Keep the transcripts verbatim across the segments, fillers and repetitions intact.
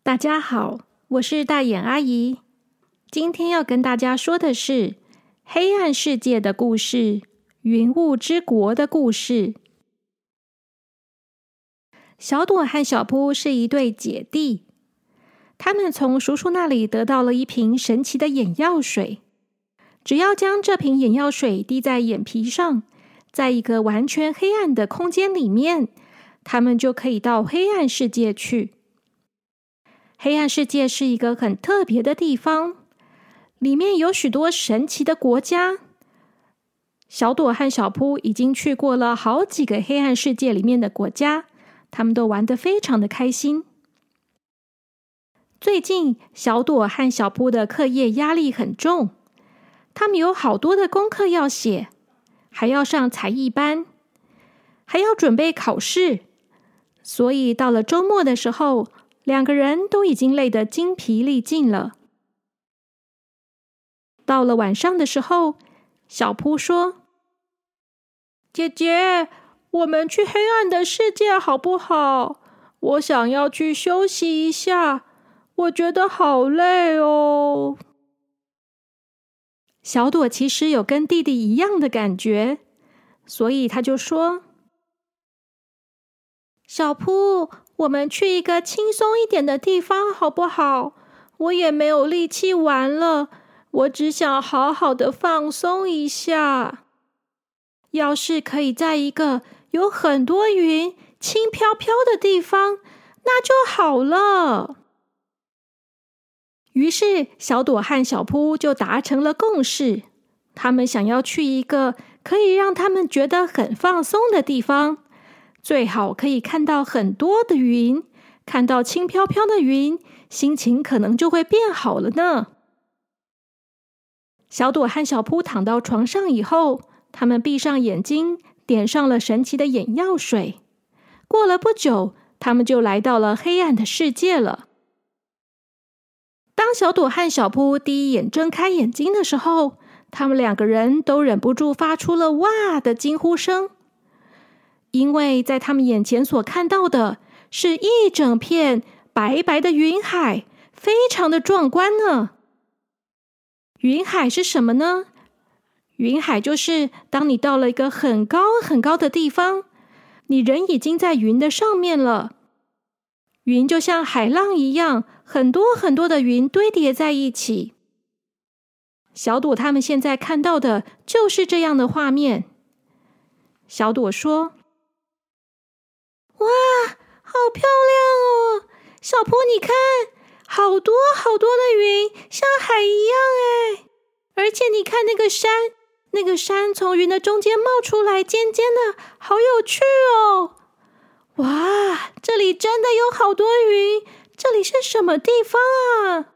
大家好，我是大眼阿姨。今天要跟大家说的是黑暗世界的故事，云雾之国的故事。小朵和小扑是一对姐弟，他们从叔叔那里得到了一瓶神奇的眼药水。只要将这瓶眼药水滴在眼皮上，在一个完全黑暗的空间里面，他们就可以到黑暗世界去。黑暗世界是一个很特别的地方，里面有许多神奇的国家。小朵和小扑已经去过了好几个黑暗世界里面的国家，他们都玩得非常的开心。最近，小朵和小扑的课业压力很重，他们有好多的功课要写，还要上才艺班，还要准备考试，所以到了周末的时候，两个人都已经累得精疲力尽了。到了晚上的时候，小扑说：“姐姐，我们去黑暗的世界好不好？我想要去休息一下，我觉得好累哦。”小朵其实有跟弟弟一样的感觉，所以他就说：“小扑，我们去一个轻松一点的地方好不好？我也没有力气玩了，我只想好好的放松一下。要是可以在一个有很多云、轻飘飘的地方，那就好了。”于是，小朵和小扑就达成了共识，他们想要去一个可以让他们觉得很放松的地方，最好可以看到很多的云，看到轻飘飘的云，心情可能就会变好了呢。小朵和小扑躺到床上以后，他们闭上眼睛，点上了神奇的眼药水。过了不久，他们就来到了黑暗的世界了。当小朵和小扑第一眼睁开眼睛的时候，他们两个人都忍不住发出了哇的惊呼声，因为在他们眼前所看到的是一整片白白的云海，非常的壮观呢。云海是什么呢？云海就是当你到了一个很高很高的地方，你人已经在云的上面了，云就像海浪一样，很多很多的云堆叠在一起。小朵他们现在看到的就是这样的画面。小朵说：“哇，好漂亮哦！小扑，你看，好多好多的云，像海一样哎！而且你看那个山，那个山从云的中间冒出来，尖尖的，好有趣哦！哇，这里真的有好多云，这里是什么地方啊？”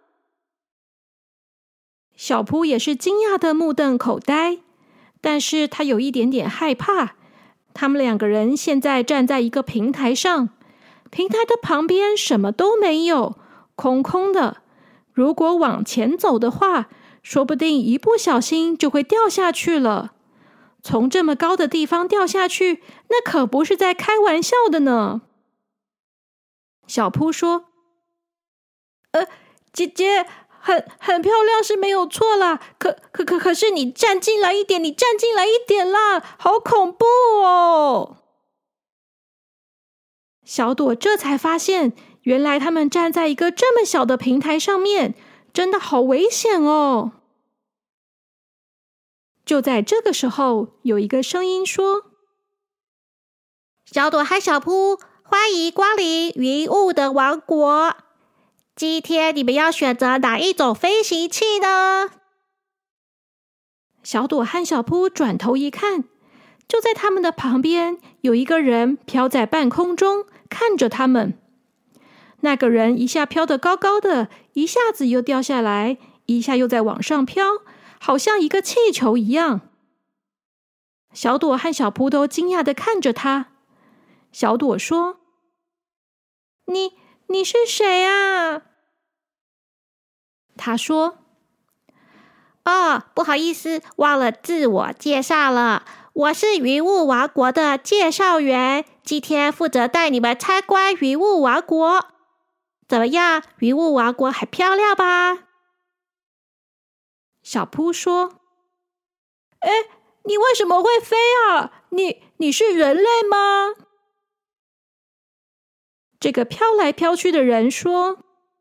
小扑也是惊讶的目瞪口呆，但是他有一点点害怕。他们两个人现在站在一个平台上，平台的旁边什么都没有，空空的。如果往前走的话，说不定一不小心就会掉下去了。从这么高的地方掉下去，那可不是在开玩笑的呢。小扑说：“呃，姐姐，很很漂亮是没有错啦，可可可可是你站进来一点，你站进来一点啦，好恐怖哦！”小朵这才发现，原来他们站在一个这么小的平台上面，真的好危险哦。就在这个时候，有一个声音说：“ 小朵和小扑，欢迎光临云雾的王国。今天你们要选择哪一种飞行器呢？” 小朵和小扑转头一看，就在他们的旁边有一个人飘在半空中，看着他们。那个人一下飘得高高的，一下子又掉下来，一下又在往上飘，好像一个气球一样。小朵和小扑都惊讶地看着他。小朵说：“你你是谁啊？”他说：“ 哦，不好意思，忘了自我介绍了。我是云雾王国的介绍员，今天负责带你们参观云雾王国。 怎么样？云雾王国很漂亮吧？ 小扑说：“哎，你为什么会飞啊？你你是人类吗？”这个飘来飘去的人说：“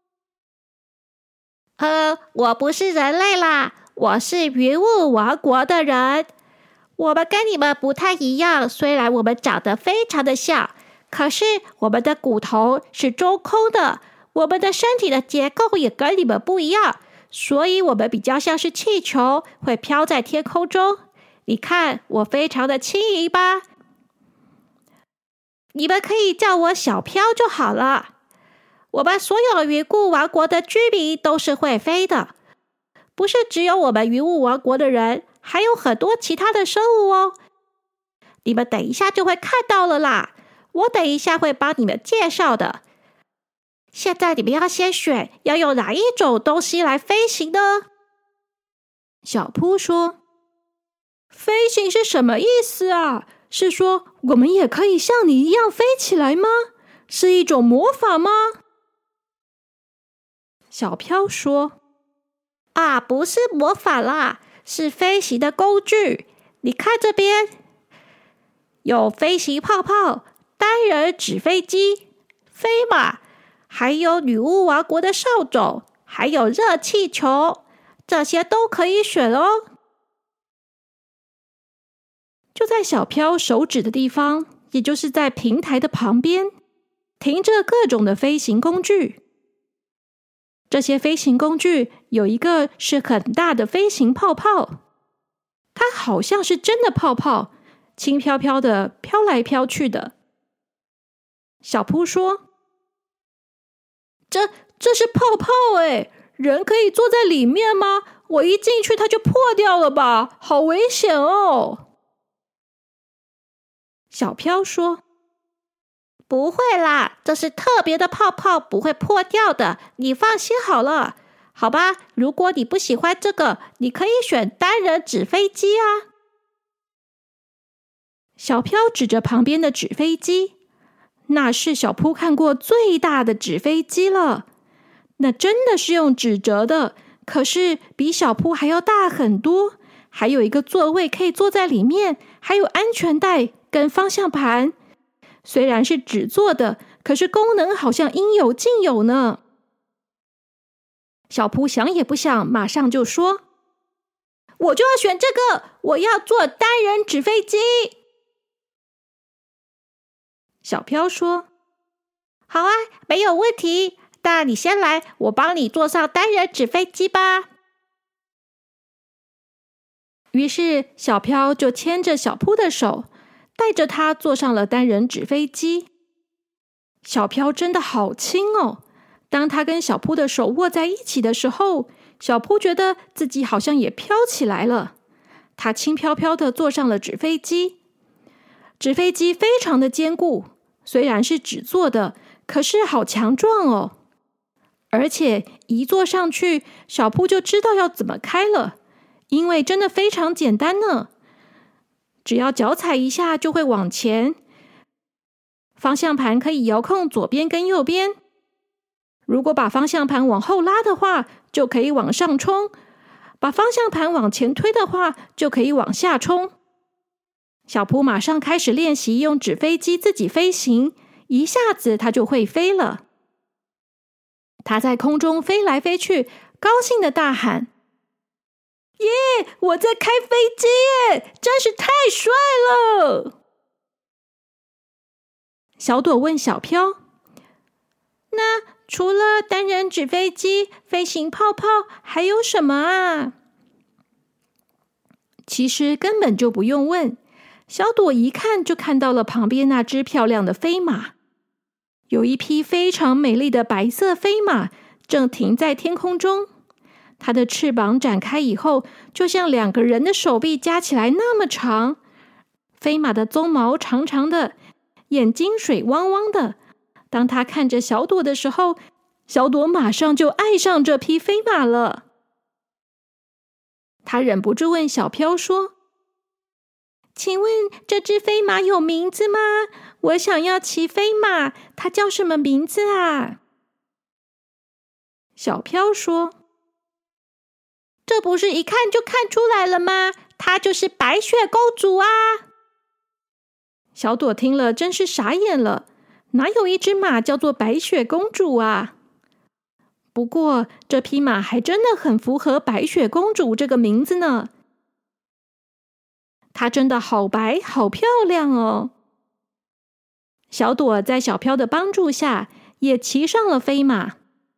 呃，我不是人类啦，我是云雾王国的人。我们跟你们不太一样，虽然我们长得非常的像，可是我们的骨头是中空的，我们的身体的结构也跟你们不一样，所以我们比较像是气球，会飘在天空中。你看，我非常的轻盈吧？你们可以叫我小飘就好了。我们所有云雾王国的居民都是会飞的，不是只有我们云雾王国的人，还有很多其他的生物哦。你们等一下就会看到了啦，我等一下会帮你们介绍的。现在你们要先选要用哪一种东西来飞行呢？” 小扑说：“飞行是什么意思啊？是说我们也可以像你一样飞起来吗？是一种魔法吗？”小飘说：“ 啊，不是魔法啦，是飞行的工具。你看这边，有飞行泡泡、单人纸飞机、飞马，还有女巫王国的扫帚，还有热气球，这些都可以选哦。” 就在小飘手指的地方，也就是在平台的旁边，停着各种的飞行工具。这些飞行工具有一个是很大的飞行泡泡，它好像是真的泡泡，轻飘飘的飘来飘去的。小扑说：“这这是泡泡诶，人可以坐在里面吗？我一进去它就破掉了吧，好危险哦。”小飘说：“ 不会啦，这是特别的泡泡，不会破掉的，你放心好了。好吧，如果你不喜欢这个，你可以选单人纸飞机啊。” 小飘指着旁边的纸飞机，那是小扑看过最大的纸飞机了。那真的是用纸折的，可是比小扑还要大很多，还有一个座位可以坐在里面，还有安全带跟方向盘。虽然是纸做的，可是功能好像应有尽有呢。小扑想也不想，马上就说：“我就要选这个，我要坐单人纸飞机。”小飘说：“ 好啊，没有问题。那你先来，我帮你坐上单人纸飞机吧。” 于是小飘就牵着小扑的手，带着他坐上了单人纸飞机。小飘真的好轻哦！当他跟小扑的手握在一起的时候，小扑觉得自己好像也飘起来了。他轻飘飘的坐上了纸飞机。纸飞机非常的坚固，虽然是纸做的，可是好强壮哦。而且一坐上去，小扑就知道要怎么开了，因为真的非常简单呢。只要脚踩一下就会往前，方向盘可以遥控左边跟右边。如果把方向盘往后拉的话，就可以往上冲；把方向盘往前推的话，就可以往下冲。小扑马上开始练习用纸飞机自己飞行，一下子他就会飞了。他在空中飞来飞去，高兴的大喊：“耶！我在开飞机耶，真是太帅了！”小朵问小飘：“那除了单人纸飞机、飞行泡泡，还有什么啊？”其实根本就不用问，小朵一看就看到了旁边那只漂亮的飞马。有一匹非常美丽的白色飞马正停在天空中，它的翅膀展开以后，就像两个人的手臂加起来那么长。飞马的鬃毛长长的，眼睛水汪汪的。当它看着小朵的时候，小朵马上就爱上这匹飞马了。他忍不住问小飘说：“请问这只飞马有名字吗？我想要骑飞马，它叫什么名字啊？” 小飘说：“ 这不是一看就看出来了吗？她就是白雪公主啊！” 小朵听了真是傻眼了，哪有一只马叫做白雪公主啊？不过这匹马还真的很符合白雪公主这个名字呢。它真的好白好漂亮哦。小朵在小飘的帮助下也骑上了飞马。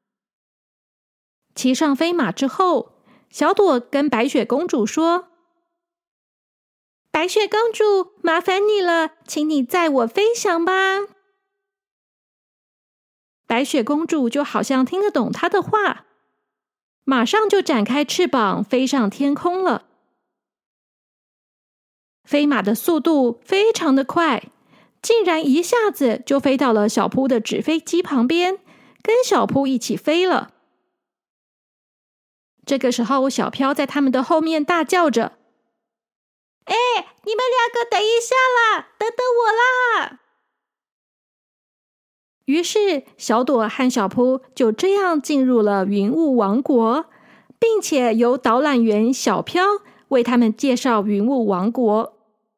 骑上飞马之后，小朵跟白雪公主说：“ 白雪公主，麻烦你了，请你载我飞翔吧。” 白雪公主就好像听得懂她的话，马上就展开翅膀飞上天空了。飞马的速度非常的快，竟然一下子就飞到了小扑的纸飞机旁边，跟小扑一起飞了。这个时候，小飘在他们的后面大叫着：“ 哎，你们两个等一下啦，等等我啦！” 于是，小朵和小扑就这样进入了云雾王国，并且由导览员小飘为他们介绍云雾王国。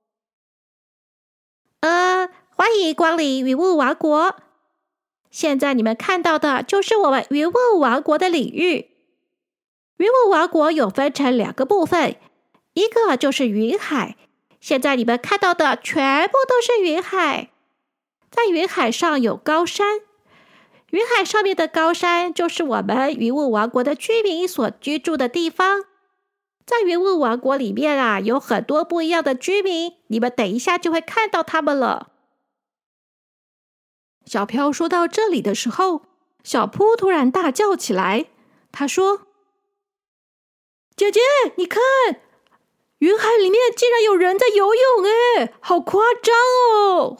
呃，欢迎光临云雾王国。现在你们看到的就是我们云雾王国的领域。云雾王国有分成两个部分，一个就是云海，现在你们看到的全部都是云海。在云海上有高山，云海上面的高山就是我们云雾王国的居民所居住的地方。在云雾王国里面啊，有很多不一样的居民，你们等一下就会看到他们了。 小飘说到这里的时候，小扑突然大叫起来，他说：“姐姐，你看，云海里面竟然有人在游泳哎，好夸张哦！”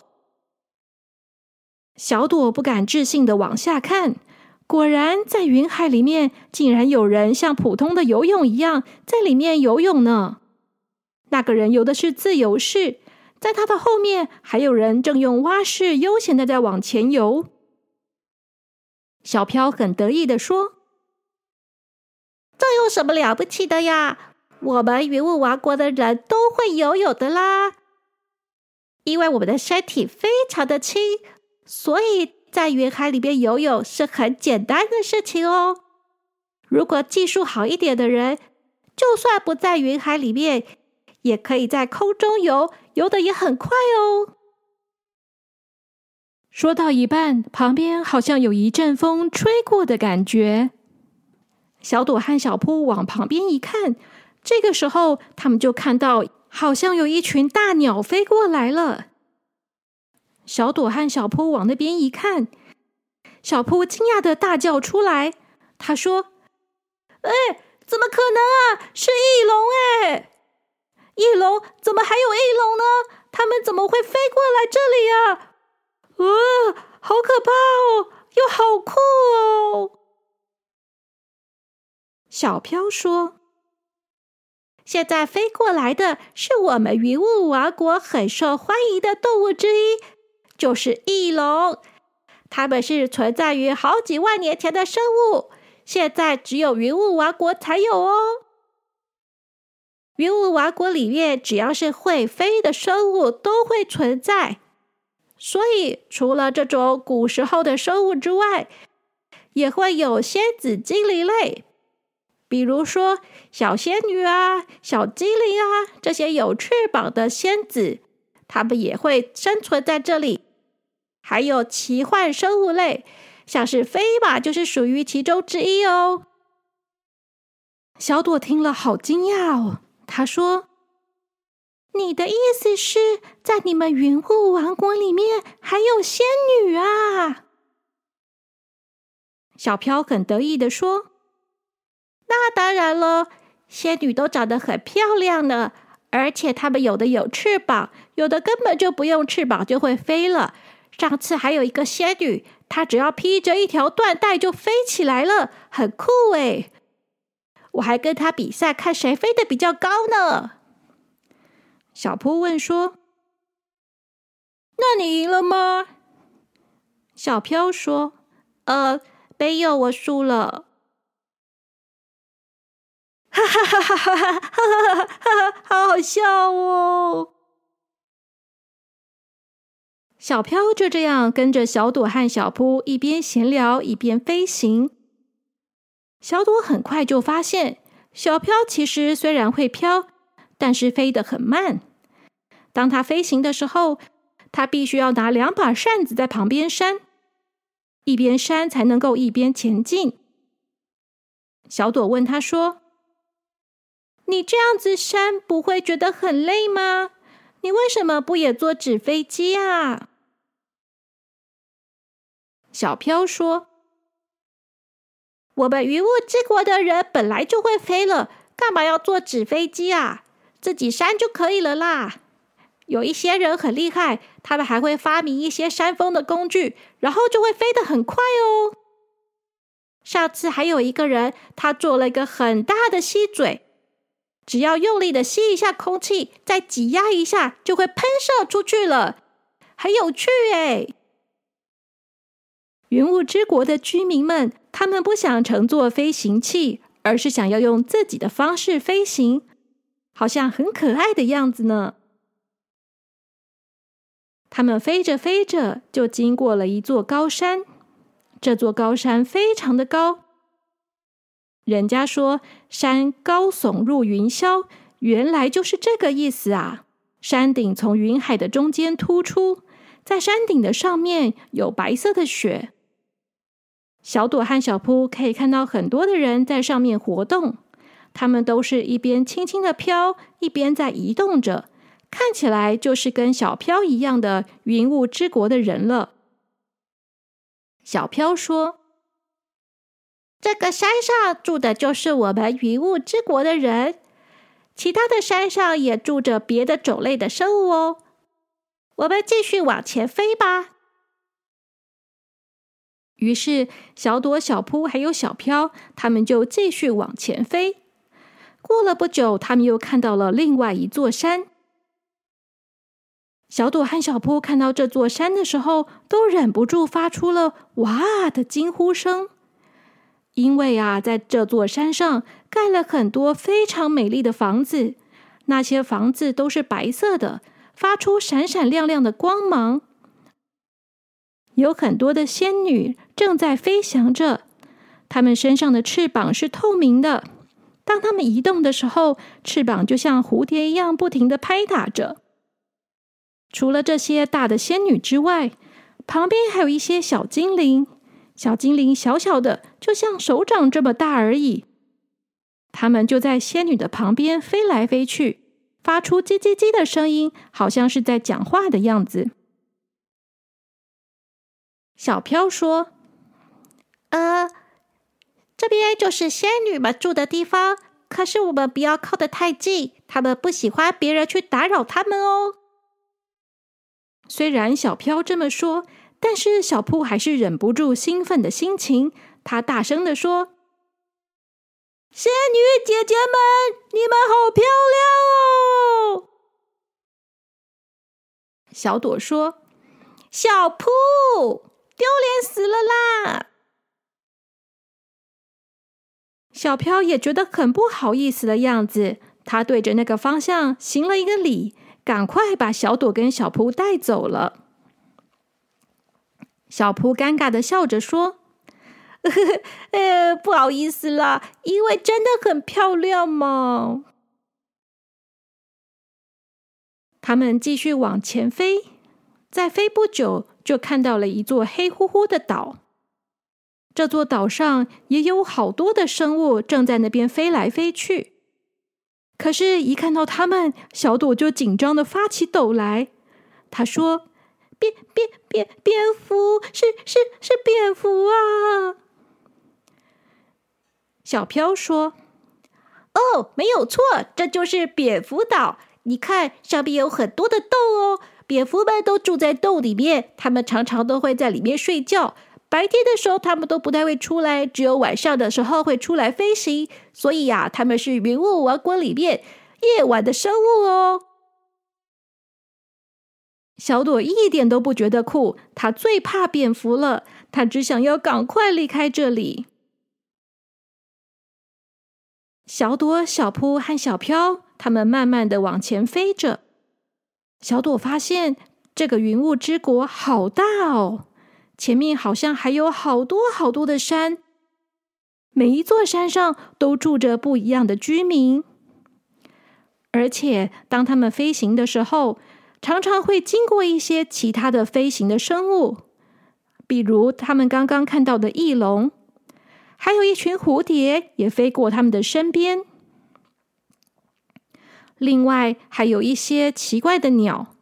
小朵不敢置信的往下看，果然在云海里面竟然有人像普通的游泳一样在里面游泳呢。那个人游的是自由式，在他的后面还有人正用蛙式悠闲的在往前游。小飘很得意的说：“ 这有什么了不起的呀？我们云雾王国的人都会游泳的啦，因为我们的身体非常的轻，所以在云海里面游泳是很简单的事情哦。如果技术好一点的人，就算不在云海里面，也可以在空中游，游得也很快哦。” 说到一半，旁边好像有一阵风吹过的感觉。小朵和小扑往旁边一看，这个时候他们就看到好像有一群大鸟飞过来了。小朵和小扑往那边一看，小扑惊讶的大叫出来，他说：“ 哎，怎么可能啊？是翼龙哎！翼龙怎么还有翼龙呢？他们怎么会飞过来这里啊？呃，好可怕哦，又好酷哦！” 小飘说：“ 现在飞过来的是我们云雾王国很受欢迎的动物之一，就是翼龙。它们是存在于好几万年前的生物，现在只有云雾王国才有哦。云雾王国里面只要是会飞的生物都会存在，所以除了这种古时候的生物之外，也会有仙子精灵类，比如说小仙女啊、小精灵啊，这些有翅膀的仙子，它们也会生存在这里。还有奇幻生物类，像是飞马就是属于其中之一哦。” 小朵听了好惊讶哦，他说：“ 你的意思是在你们云雾王国里面还有仙女啊？” 小飘很得意的说：“ 那当然了，仙女都长得很漂亮呢，而且她们有的有翅膀，有的根本就不用翅膀就会飞了。上次还有一个仙女，她只要披着一条缎带就飞起来了，很酷诶。我还跟她比赛，看谁飞得比较高呢。” 小扑问说：“ 那你赢了吗？” 小飘说：“ 呃，没有，我输了。” 哈哈哈哈哈哈哈哈，好好笑哦！小飘就这样跟着小朵和小扑一边闲聊一边飞行。小朵很快就发现，小飘其实虽然会飘，但是飞得很慢。当它飞行的时候，它必须要拿两把扇子在旁边扇，一边扇才能够一边前进。小朵问他说：“你这样子扇不会觉得很累吗？你为什么不也坐纸飞机啊？”小飘说：“ 我们云雾之国的人本来就会飞了，干嘛要坐纸飞机啊？自己扇就可以了啦。有一些人很厉害，他们还会发明一些扇风的工具，然后就会飞得很快哦。上次还有一个人，他做了一个很大的吸嘴，只要用力的吸一下空气，再挤压一下，就会喷射出去了，很有趣耶。” 云雾之国的居民们，他们不想乘坐飞行器，而是想要用自己的方式飞行，好像很可爱的样子呢。他们飞着飞着，就经过了一座高山。这座高山非常的高，人家说山高耸入云霄，原来就是这个意思啊。山顶从云海的中间突出，在山顶的上面有白色的雪。小朵和小扑可以看到很多的人在上面活动，他们都是一边轻轻的飘，一边在移动着，看起来就是跟小飘一样的云雾之国的人了。小飘说：“ 这个山上住的就是我们云雾之国的人，其他的山上也住着别的种类的生物哦。我们继续往前飞吧。” 于是小朵、小扑还有小飘，他们就继续往前飞。过了不久，他们又看到了另外一座山。小朵和小扑看到这座山的时候，都忍不住发出了“哇”的惊呼声。因为啊，在这座山上盖了很多非常美丽的房子，那些房子都是白色的，发出闪闪亮亮的光芒。有很多的仙女正在飞翔着，她们身上的翅膀是透明的，当她们移动的时候，翅膀就像蝴蝶一样不停地拍打着。除了这些大的仙女之外，旁边还有一些小精灵，小精灵小小的，就像手掌这么大而已。它们就在仙女的旁边飞来飞去，发出叽叽叽的声音，好像是在讲话的样子。小飘说：“ 呃，这边就是仙女们住的地方，可是我们不要靠得太近，他们不喜欢别人去打扰他们哦。” 虽然小飘这么说，但是小扑还是忍不住兴奋的心情，他大声地说：“ 仙女姐姐们，你们好漂亮哦！” 小朵说：“ 小扑，丢脸死了啦！” 小飘也觉得很不好意思的样子，他对着那个方向行了一个礼，赶快把小朵跟小扑带走了。小扑尴尬的笑着说：“ 呵呵呃，不好意思啦，因为真的很漂亮嘛。” 他们继续往前飞，再飞不久，就看到了一座黑乎乎的岛。这座岛上也有好多的生物正在那边飞来飞去。可是，一看到他们，小朵就紧张的发起抖来。他说：“ 蝙蝙蝙蝙蝠，是是是蝙蝠啊！” 小飘说：“ 哦，没有错，这就是蝙蝠岛。你看，上面有很多的洞哦，蝙蝠们都住在洞里面，它们常常都会在里面睡觉。白天的时候，它们都不太会出来，只有晚上的时候会出来飞行。所以呀、啊，它们是云雾王国里面夜晚的生物哦。” 小朵一点都不觉得酷，她最怕蝙蝠了，她只想要赶快离开这里。 小朵、小扑和小飘，他们慢慢的往前飞着。小朵发现这个云雾之国好大哦，前面好像还有好多好多的山，每一座山上都住着不一样的居民。而且当他们飞行的时候，常常会经过一些其他的飞行的生物，比如他们刚刚看到的翼龙，还有一群蝴蝶也飞过他们的身边。另外还有一些奇怪的鸟。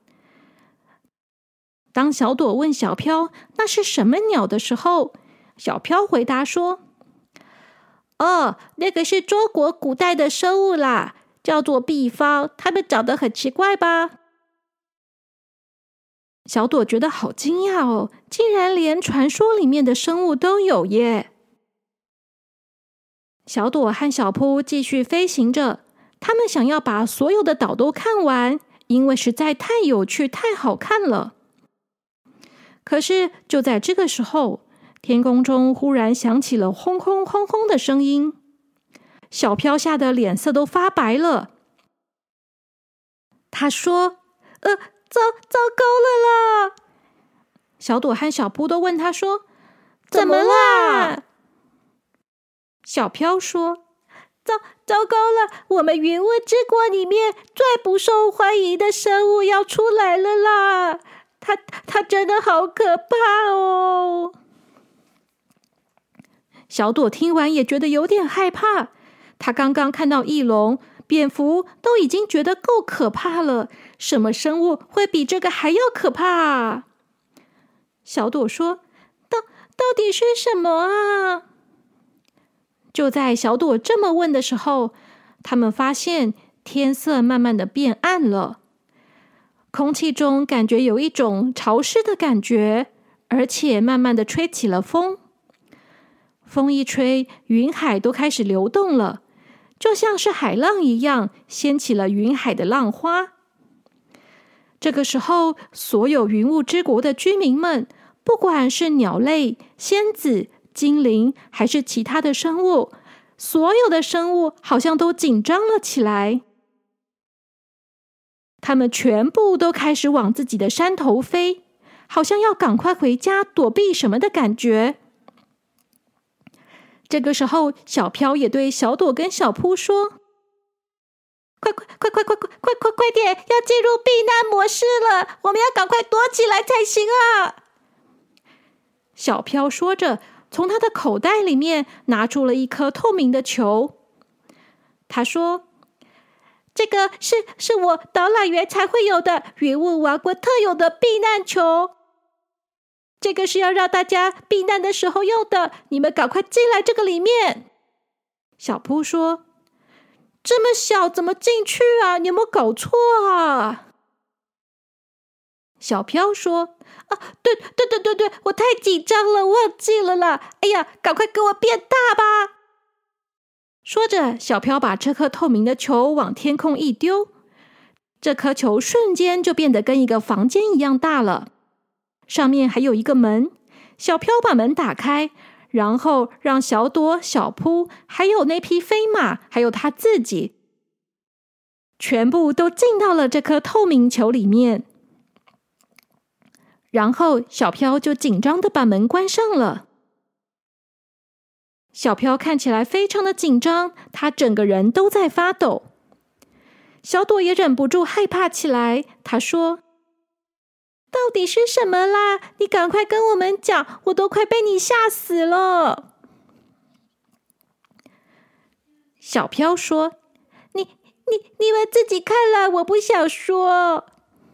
当小朵问小飘那是什么鸟的时候，小飘回答说： 哦，那个是中国古代的生物啦，叫做毕方，它们长得很奇怪吧？ 小朵觉得好惊讶哦，竟然连传说里面的生物都有耶！小朵和小扑继续飞行着，他们想要把所有的岛都看完，因为实在太有趣、太好看了。可是就在这个时候，天空中忽然响起了轰轰轰轰的声音，小飘吓得脸色都发白了。他说： 呃，糟糟糕了啦！ 小朵和小扑都问他说： 怎么啦？ 小飘说： 糟糟糕了，我们云雾之国里面最不受欢迎的生物要出来了啦！它它真的好可怕哦！ 小朵听完也觉得有点害怕。他刚刚看到翼龙、蝙蝠都已经觉得够可怕了，什么生物会比这个还要可怕啊？小朵说：到到底是什么啊？就在小朵这么问的时候，他们发现天色慢慢的变暗了，空气中感觉有一种潮湿的感觉，而且慢慢的吹起了风。风一吹，云海都开始流动了，就像是海浪一样，掀起了云海的浪花。这个时候，所有云雾之国的居民们，不管是鸟类、仙子、精灵，还是其他的生物，所有的生物好像都紧张了起来。他们全部都开始往自己的山头飞，好像要赶快回家躲避什么的感觉。这个时候，小飘也对小朵跟小扑说： 快快快快快快快快快点，要进入避难模式了，我们要赶快躲起来才行啊！ 小飘说着，从他的口袋里面拿出了一颗透明的球。他说： 这个是是我导览员才会有的云雾王国特有的避难球，这个是要让大家避难的时候用的，你们赶快进来这个里面。 小扑说：这么小怎么进去啊？你有没有搞错啊？小飘说： 啊，对对对对对，我太紧张了，忘记了啦！哎呀，赶快给我变大吧！ 说着，小飘把这颗透明的球往天空一丢，这颗球瞬间就变得跟一个房间一样大了，上面还有一个门。小飘把门打开，然后让小朵、小扑，还有那匹飞马，还有他自己，全部都进到了这颗透明球里面。然后小飘就紧张的把门关上了。小飘看起来非常的紧张，他整个人都在发抖。小朵也忍不住害怕起来，他说： 到底是什么啦？你赶快跟我们讲，我都快被你吓死了。 小飘说： 你、你、你们自己看啦，我不想说。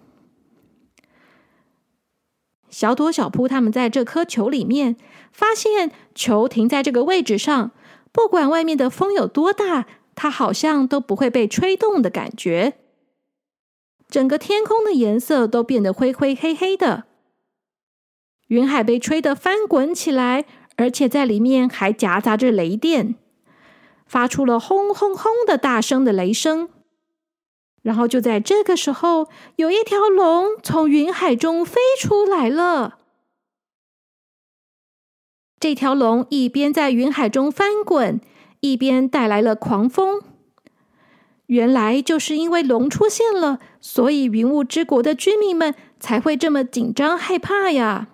小朵、小扑他们在这颗球里面，发现球停在这个位置上，不管外面的风有多大，它好像都不会被吹动的感觉。整个天空的颜色都变得灰灰黑黑的，云海被吹得翻滚起来，而且在里面还夹杂着雷电，发出了轰轰轰的大声的雷声。然后就在这个时候，有一条龙从云海中飞出来了。这条龙一边在云海中翻滚， 一边带来了狂风。原来就是因为龙出现了，所以云雾之国的居民们才会这么紧张害怕呀。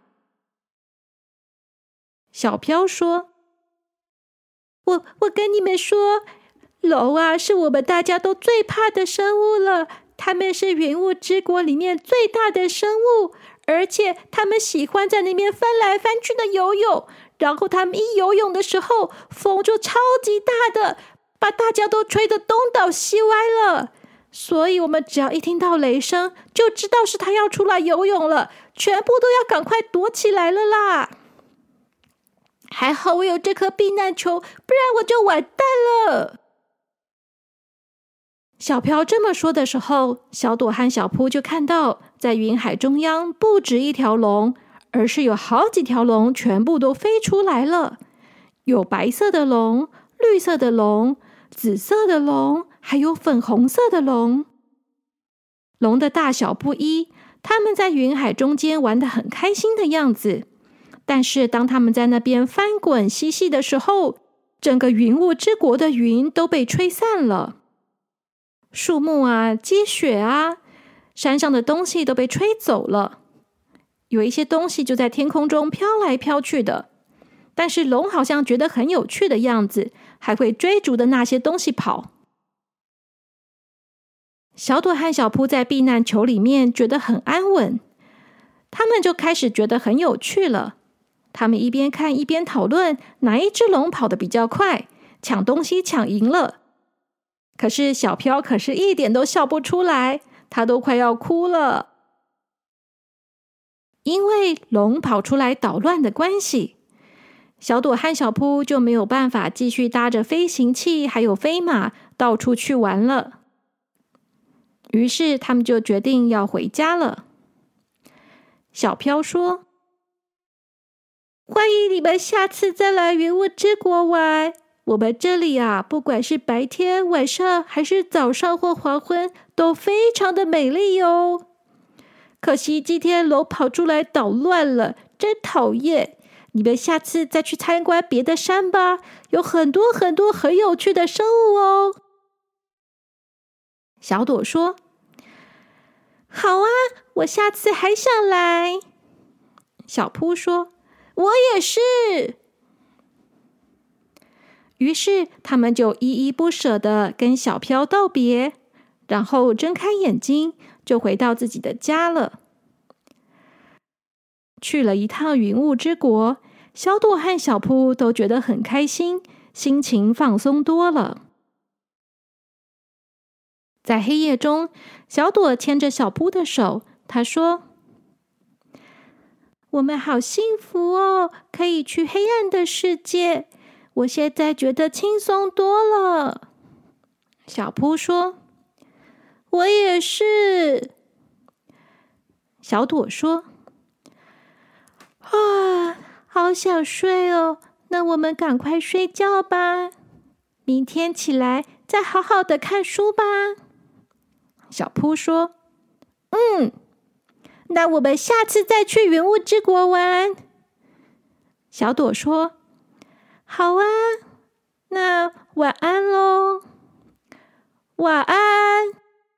小飘说：我我跟你们说，龙啊，是我们大家都最怕的生物了。它们是云雾之国里面最大的生物，而且它们喜欢在那边翻来翻去的游泳。然后它们一游泳的时候，风就超级大的，把大家都吹得东倒西歪了。所以我们只要一听到雷声，就知道是它要出来游泳了，全部都要赶快躲起来了啦。还好我有这颗避难球，不然我就完蛋了。小飘这么说的时候，小朵和小扑就看到，在云海中央不止一条龙，而是有好几条龙全部都飞出来了。有白色的龙、绿色的龙、紫色的龙，还有粉红色的龙。龙的大小不一，它们在云海中间玩得很开心的样子。但是当它们在那边翻滚嬉戏的时候，整个云雾之国的云都被吹散了。树木啊，积雪啊，山上的东西都被吹走了。有一些东西就在天空中飘来飘去的，但是龙好像觉得很有趣的样子，还会追逐的那些东西跑。小朵和小扑在避难球里面觉得很安稳，他们就开始觉得很有趣了。他们一边看一边讨论哪一只龙跑得比较快，抢东西抢赢了。可是小飘可是一点都笑不出来，他都快要哭了。因为龙跑出来捣乱的关系，小朵和小扑就没有办法继续搭着飞行器还有飞马到处去玩了。于是他们就决定要回家了。小飘说：欢迎你们下次再来云雾之国玩。我们这里啊，不管是白天、晚上，还是早上或黄昏，都非常的美丽哟。可惜今天龙跑出来捣乱了，真讨厌。你们下次再去参观别的山吧，有很多很多很有趣的生物哦。小朵说：好啊，我下次还想来。小扑说：我也是。于是他们就依依不舍地跟小飘道别，然后睁开眼睛就回到自己的家了。去了一趟云雾之国，小朵和小扑都觉得很开心，心情放松多了。在黑夜中，小朵牵着小扑的手，她说：我们好幸福哦，可以去黑暗的世界。我现在觉得轻松多了。小扑说：我也是。小朵说：啊，好想睡哦，那我们赶快睡觉吧，明天起来再好好的看书吧。小扑说：嗯，那我们下次再去云雾之国玩。小朵说：好啊，那晚安咯。晚安。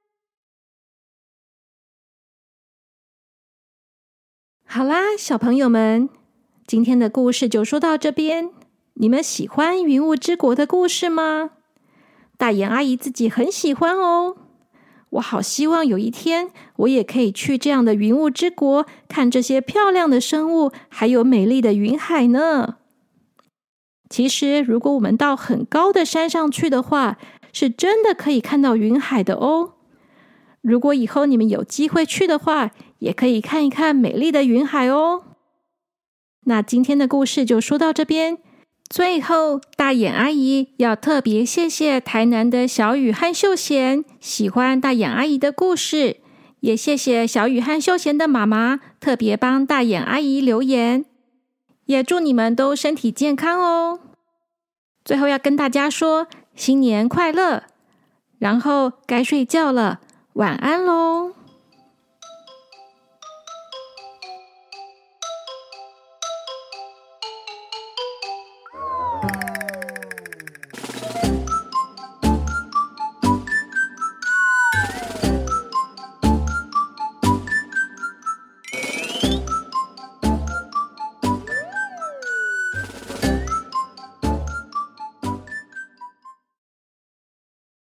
好啦，小朋友们，今天的故事就说到这边。你们喜欢云雾之国的故事吗？大眼阿姨自己很喜欢哦。我好希望有一天，我也可以去这样的云雾之国，看这些漂亮的生物，还有美丽的云海呢。其实，如果我们到很高的山上去的话，是真的可以看到云海的哦。如果以后你们有机会去的话，也可以看一看美丽的云海哦。那今天的故事就说到这边。最后，大眼阿姨要特别谢谢台南的小雨和秀贤喜欢大眼阿姨的故事，也谢谢小雨和秀贤的妈妈特别帮大眼阿姨留言，也祝你们都身体健康哦。最后要跟大家说新年快乐，然后该睡觉了，晚安喽。